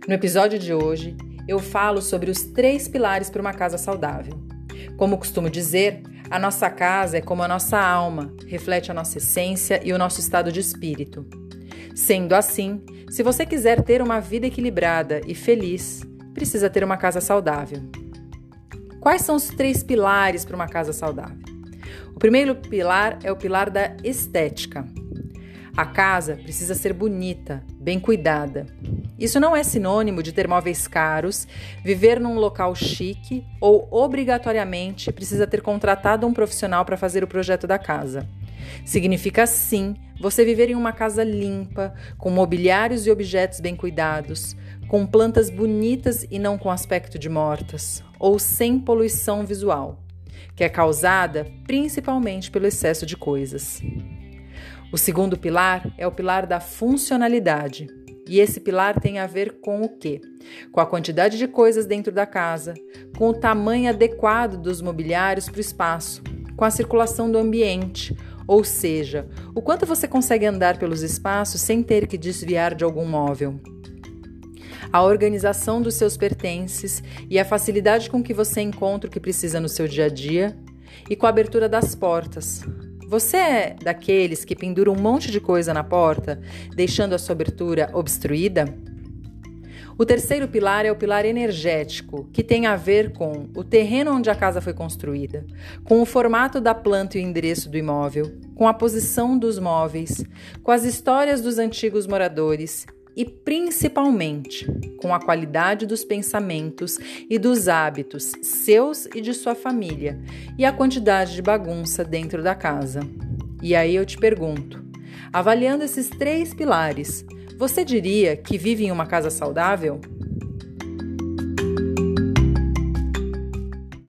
No episódio de hoje, eu falo sobre os 3 pilares para uma casa saudável. Como costumo dizer, a nossa casa é como a nossa alma, reflete a nossa essência e o nosso estado de espírito. Sendo assim, se você quiser ter uma vida equilibrada e feliz, precisa ter uma casa saudável. Quais são os 3 pilares para uma casa saudável? O primeiro pilar é o pilar da estética. A casa precisa ser bonita, bem cuidada. Isso não é sinônimo de ter móveis caros, viver num local chique ou, obrigatoriamente, precisa ter contratado um profissional para fazer o projeto da casa. Significa, sim, você viver em uma casa limpa, com mobiliários e objetos bem cuidados, com plantas bonitas e não com aspecto de mortas, ou sem poluição visual, que é causada principalmente pelo excesso de coisas. O segundo pilar é o pilar da funcionalidade. E esse pilar tem a ver com o quê? Com a quantidade de coisas dentro da casa, com o tamanho adequado dos mobiliários para o espaço, com a circulação do ambiente, ou seja, o quanto você consegue andar pelos espaços sem ter que desviar de algum móvel. A organização dos seus pertences e a facilidade com que você encontra o que precisa no seu dia a dia e com a abertura das portas. Você é daqueles que penduram um monte de coisa na porta, deixando a sua abertura obstruída? O terceiro pilar é o pilar energético, que tem a ver com o terreno onde a casa foi construída, com o formato da planta e o endereço do imóvel, com a posição dos móveis, com as histórias dos antigos moradores e, principalmente, com a qualidade dos pensamentos e dos hábitos seus e de sua família e a quantidade de bagunça dentro da casa. E aí eu te pergunto, avaliando esses 3 pilares, você diria que vive em uma casa saudável?